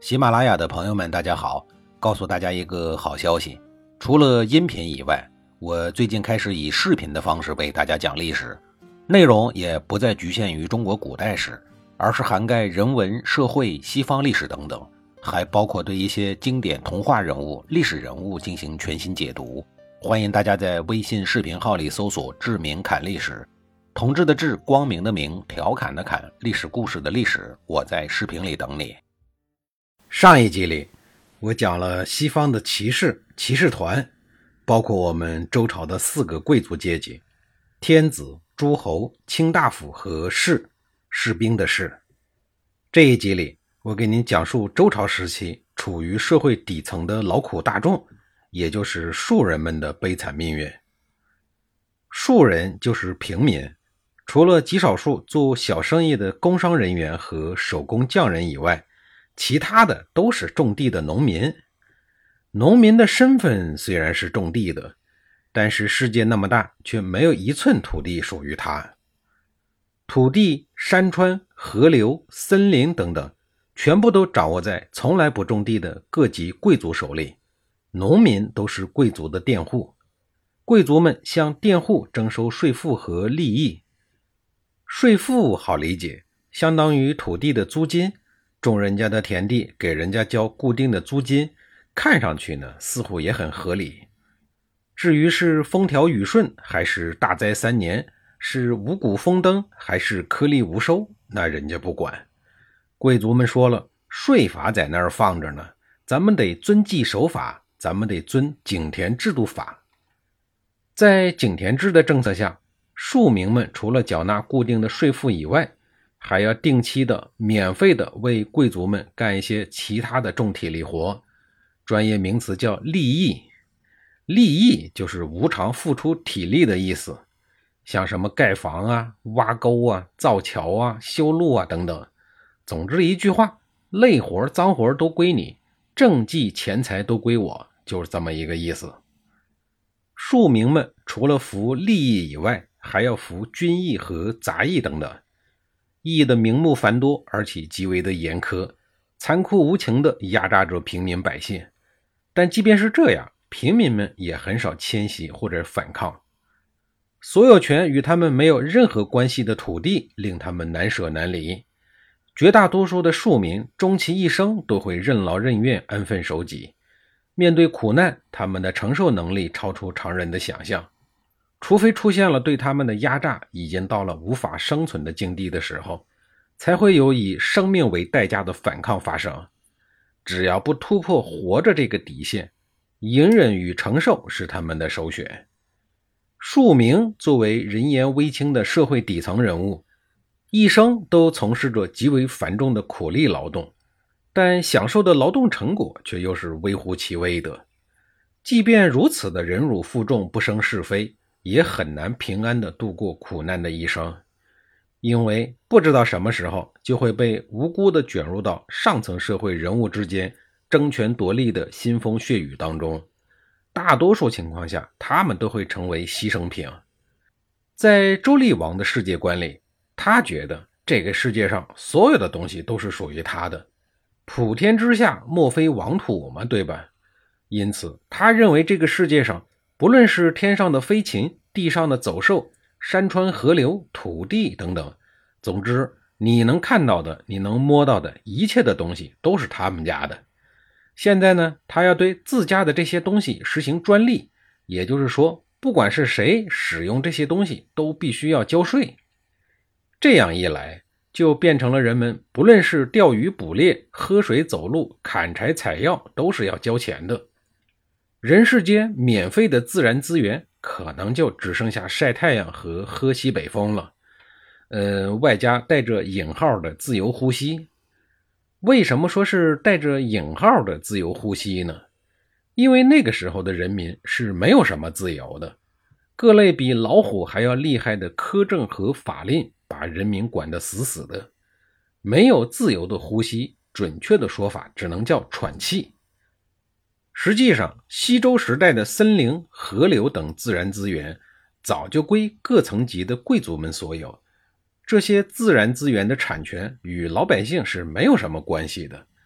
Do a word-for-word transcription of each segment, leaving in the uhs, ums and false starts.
喜马拉雅的朋友们大家好，告诉大家一个好消息，除了音频以外，我最近开始以视频的方式为大家讲历史，内容也不再局限于中国古代史，而是涵盖人文、社会、西方历史等等，还包括对一些经典童话人物、历史人物进行全新解读。欢迎大家在微信视频号里搜索志明侃历史，同志的志，光明的明，调侃的侃，历史故事的历史，我在视频里等你。上一集里我讲了西方的骑士骑士团，包括我们周朝的四个贵族阶级，天子、诸侯、卿大夫和士，士兵的士。这一集里我给您讲述周朝时期处于社会底层的劳苦大众，也就是庶人们的悲惨命运。庶人就是平民，除了极少数做小生意的工商人员和手工匠人以外，其他的都是种地的农民。农民的身份虽然是种地的，但是世界那么大，却没有一寸土地属于他。土地、山川、河流、森林等等，全部都掌握在从来不种地的各级贵族手里。农民都是贵族的佃户，贵族们向佃户征收税赋和利益。税赋好理解，相当于土地的租金，种人家的田地给人家交固定的租金，看上去呢似乎也很合理。至于是风调雨顺还是大灾三年，是五谷丰登还是颗粒无收，那人家不管。贵族们说了，税法在那儿放着呢，咱们得遵纪守法，咱们得遵井田制度法。在井田制的政策下，庶民们除了缴纳固定的税赋以外，还要定期的免费的为贵族们干一些其他的重体力活，专业名词叫利益。利益就是无偿付出体力的意思，像什么盖房啊、挖沟啊、造桥啊、修路啊等等。总之一句话，累活脏活都归你，政绩钱财都归我，就是这么一个意思。庶民们除了服利益以外，还要服军役和杂役等等。役的名目繁多，而且极为的严苛，残酷无情地压榨着平民百姓。但即便是这样，平民们也很少迁徙或者反抗。所有权与他们没有任何关系的土地令他们难舍难离。绝大多数的庶民终其一生都会任劳任怨，安分守己。面对苦难，他们的承受能力超出常人的想象。除非出现了对他们的压榨已经到了无法生存的境地的时候，才会有以生命为代价的反抗发生。只要不突破活着这个底线，隐忍与承受是他们的首选。庶民作为人言微轻的社会底层人物，一生都从事着极为繁重的苦力劳动，但享受的劳动成果却又是微乎其微的。即便如此的忍辱负重，不生是非，也很难平安地度过苦难的一生，因为不知道什么时候就会被无辜地卷入到上层社会人物之间争权夺利的腥风血雨当中。大多数情况下，他们都会成为牺牲品。在周厉王的世界观里，他觉得这个世界上所有的东西都是属于他的，普天之下莫非王土嘛，对吧？因此他认为这个世界上不论是天上的飞禽，地上的走兽，山川河流，土地等等，总之你能看到的，你能摸到的一切的东西都是他们家的。现在呢，他要对自家的这些东西实行专利，也就是说，不管是谁使用这些东西都必须要交税。这样一来，就变成了人们不论是钓鱼捕猎、喝水走路、砍柴采药，都是要交钱的。人世间免费的自然资源可能就只剩下晒太阳和喝西北风了，呃，外加带着引号的自由呼吸。为什么说是带着引号的自由呼吸呢？因为那个时候的人民是没有什么自由的，各类比老虎还要厉害的苛政和法令把人民管得死死的，没有自由的呼吸，准确的说法只能叫喘气。实际上，西周时代的森林、河流等自然资源早就归各层级的贵族们所有，这些自然资源的产权与老百姓是没有什么关系的。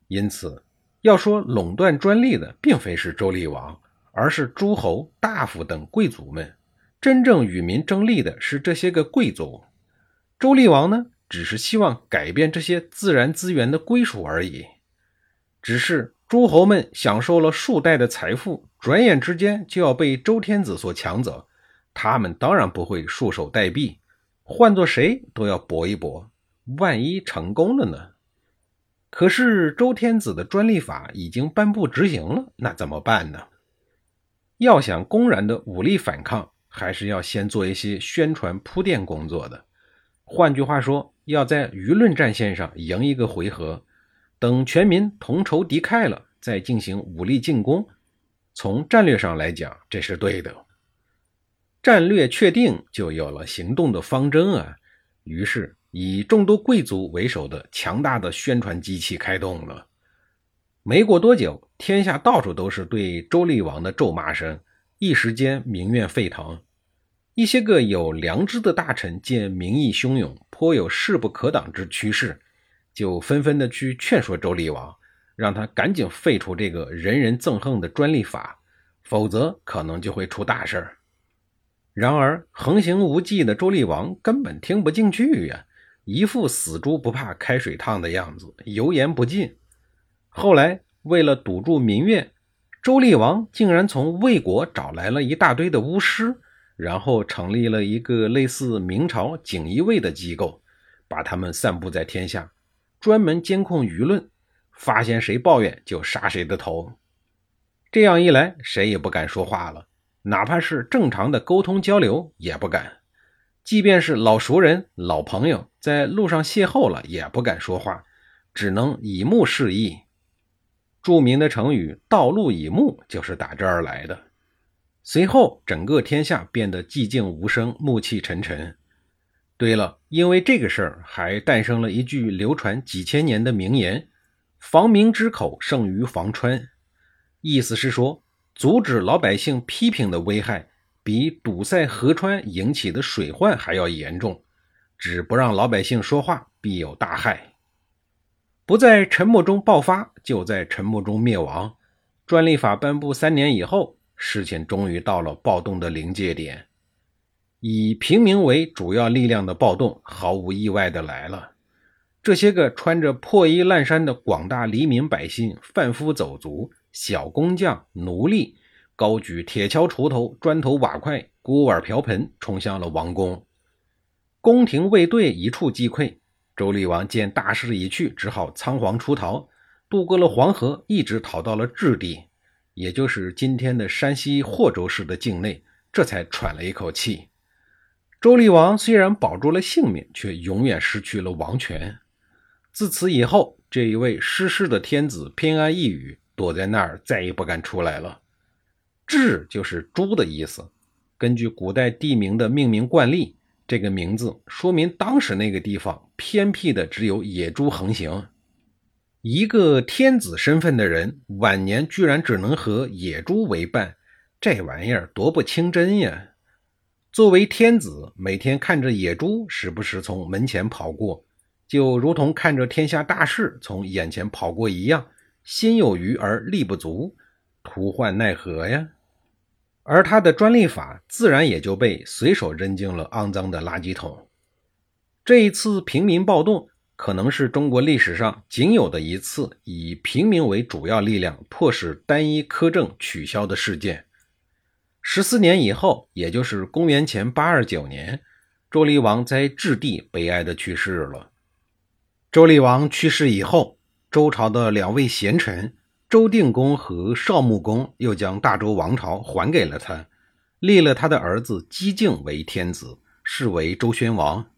因此要说垄断专利的并非是周厉王，而是诸侯、大夫等贵族们，真正与民争利的是这些个贵族。周厉王呢，只是希望改变这些自然资源的归属而已。只是诸侯们享受了数代的财富，转眼之间就要被周天子所抢走，他们当然不会束手待毙，换做谁都要搏一搏，万一成功了呢？可是周天子的专利法已经颁布执行了，那怎么办呢？要想公然的武力反抗，还是要先做一些宣传铺垫工作的。换句话说，要在舆论战线上赢一个回合，等全民同仇敌忾了，再进行武力进攻。从战略上来讲，这是对的。战略确定，就有了行动的方针啊。于是以众多贵族为首的强大的宣传机器开动了。没过多久，天下到处都是对周厉王的咒骂声，一时间民怨沸腾。一些个有良知的大臣见民意汹涌，颇有势不可挡之趋势，就纷纷的去劝说周厉王，让他赶紧废除这个人人憎恨的专利法，否则可能就会出大事儿。然而横行无忌的周厉王根本听不进去呀，一副死猪不怕开水烫的样子，油盐不进。后来为了堵住民怨，周厉王竟然从魏国找来了一大堆的巫师，然后成立了一个类似明朝锦衣卫的机构，把他们散布在天下，专门监控舆论，发现谁抱怨就杀谁的头。这样一来，谁也不敢说话了，哪怕是正常的沟通交流也不敢，即便是老熟人、老朋友在路上邂逅了也不敢说话，只能以目示意。著名的成语道路以目就是打这儿来的。随后整个天下变得寂静无声，暮气沉沉。对了，因为这个事儿还诞生了一句流传几千年的名言，防民之口胜于防川。意思是说，阻止老百姓批评的危害比堵塞河川引起的水患还要严重，只不让老百姓说话，必有大害。不在沉默中爆发，就在沉默中灭亡。专利法颁布三年以后，事情终于到了暴动的临界点。以平民为主要力量的暴动毫无意外的来了。这些个穿着破衣烂衫的广大黎民百姓、贩夫走卒、小工匠、奴隶，高举铁锹、锄头、砖头、瓦块、锅碗瓢盆，冲向了王宫。宫廷卫队一触即溃，周厉王见大势已去，只好仓皇出逃，渡过了黄河，一直逃到了质地，也就是今天的山西霍州市的境内，这才喘了一口气。周厉王虽然保住了性命，却永远失去了王权。自此以后，这一位失势的天子偏安一隅，躲在那儿再也不敢出来了。陟就是猪的意思，根据古代地名的命名惯例，这个名字说明当时那个地方偏僻的只有野猪横行。一个天子身份的人，晚年居然只能和野猪为伴，这玩意儿多不清真呀！作为天子，每天看着野猪时不时从门前跑过，就如同看着天下大事从眼前跑过一样，心有余而力不足，徒患奈何呀！而他的专利法自然也就被随手扔进了肮脏的垃圾桶。这一次平民暴动可能是中国历史上仅有的一次以平民为主要力量迫使单一苛政取消的事件。十四年以后，也就是公元前八二九年，周厉王在质地悲哀的去世了。周厉王去世以后，周朝的两位贤臣周定公和邵穆公又将大周王朝还给了他，立了他的儿子姬靖为天子，是为周宣王。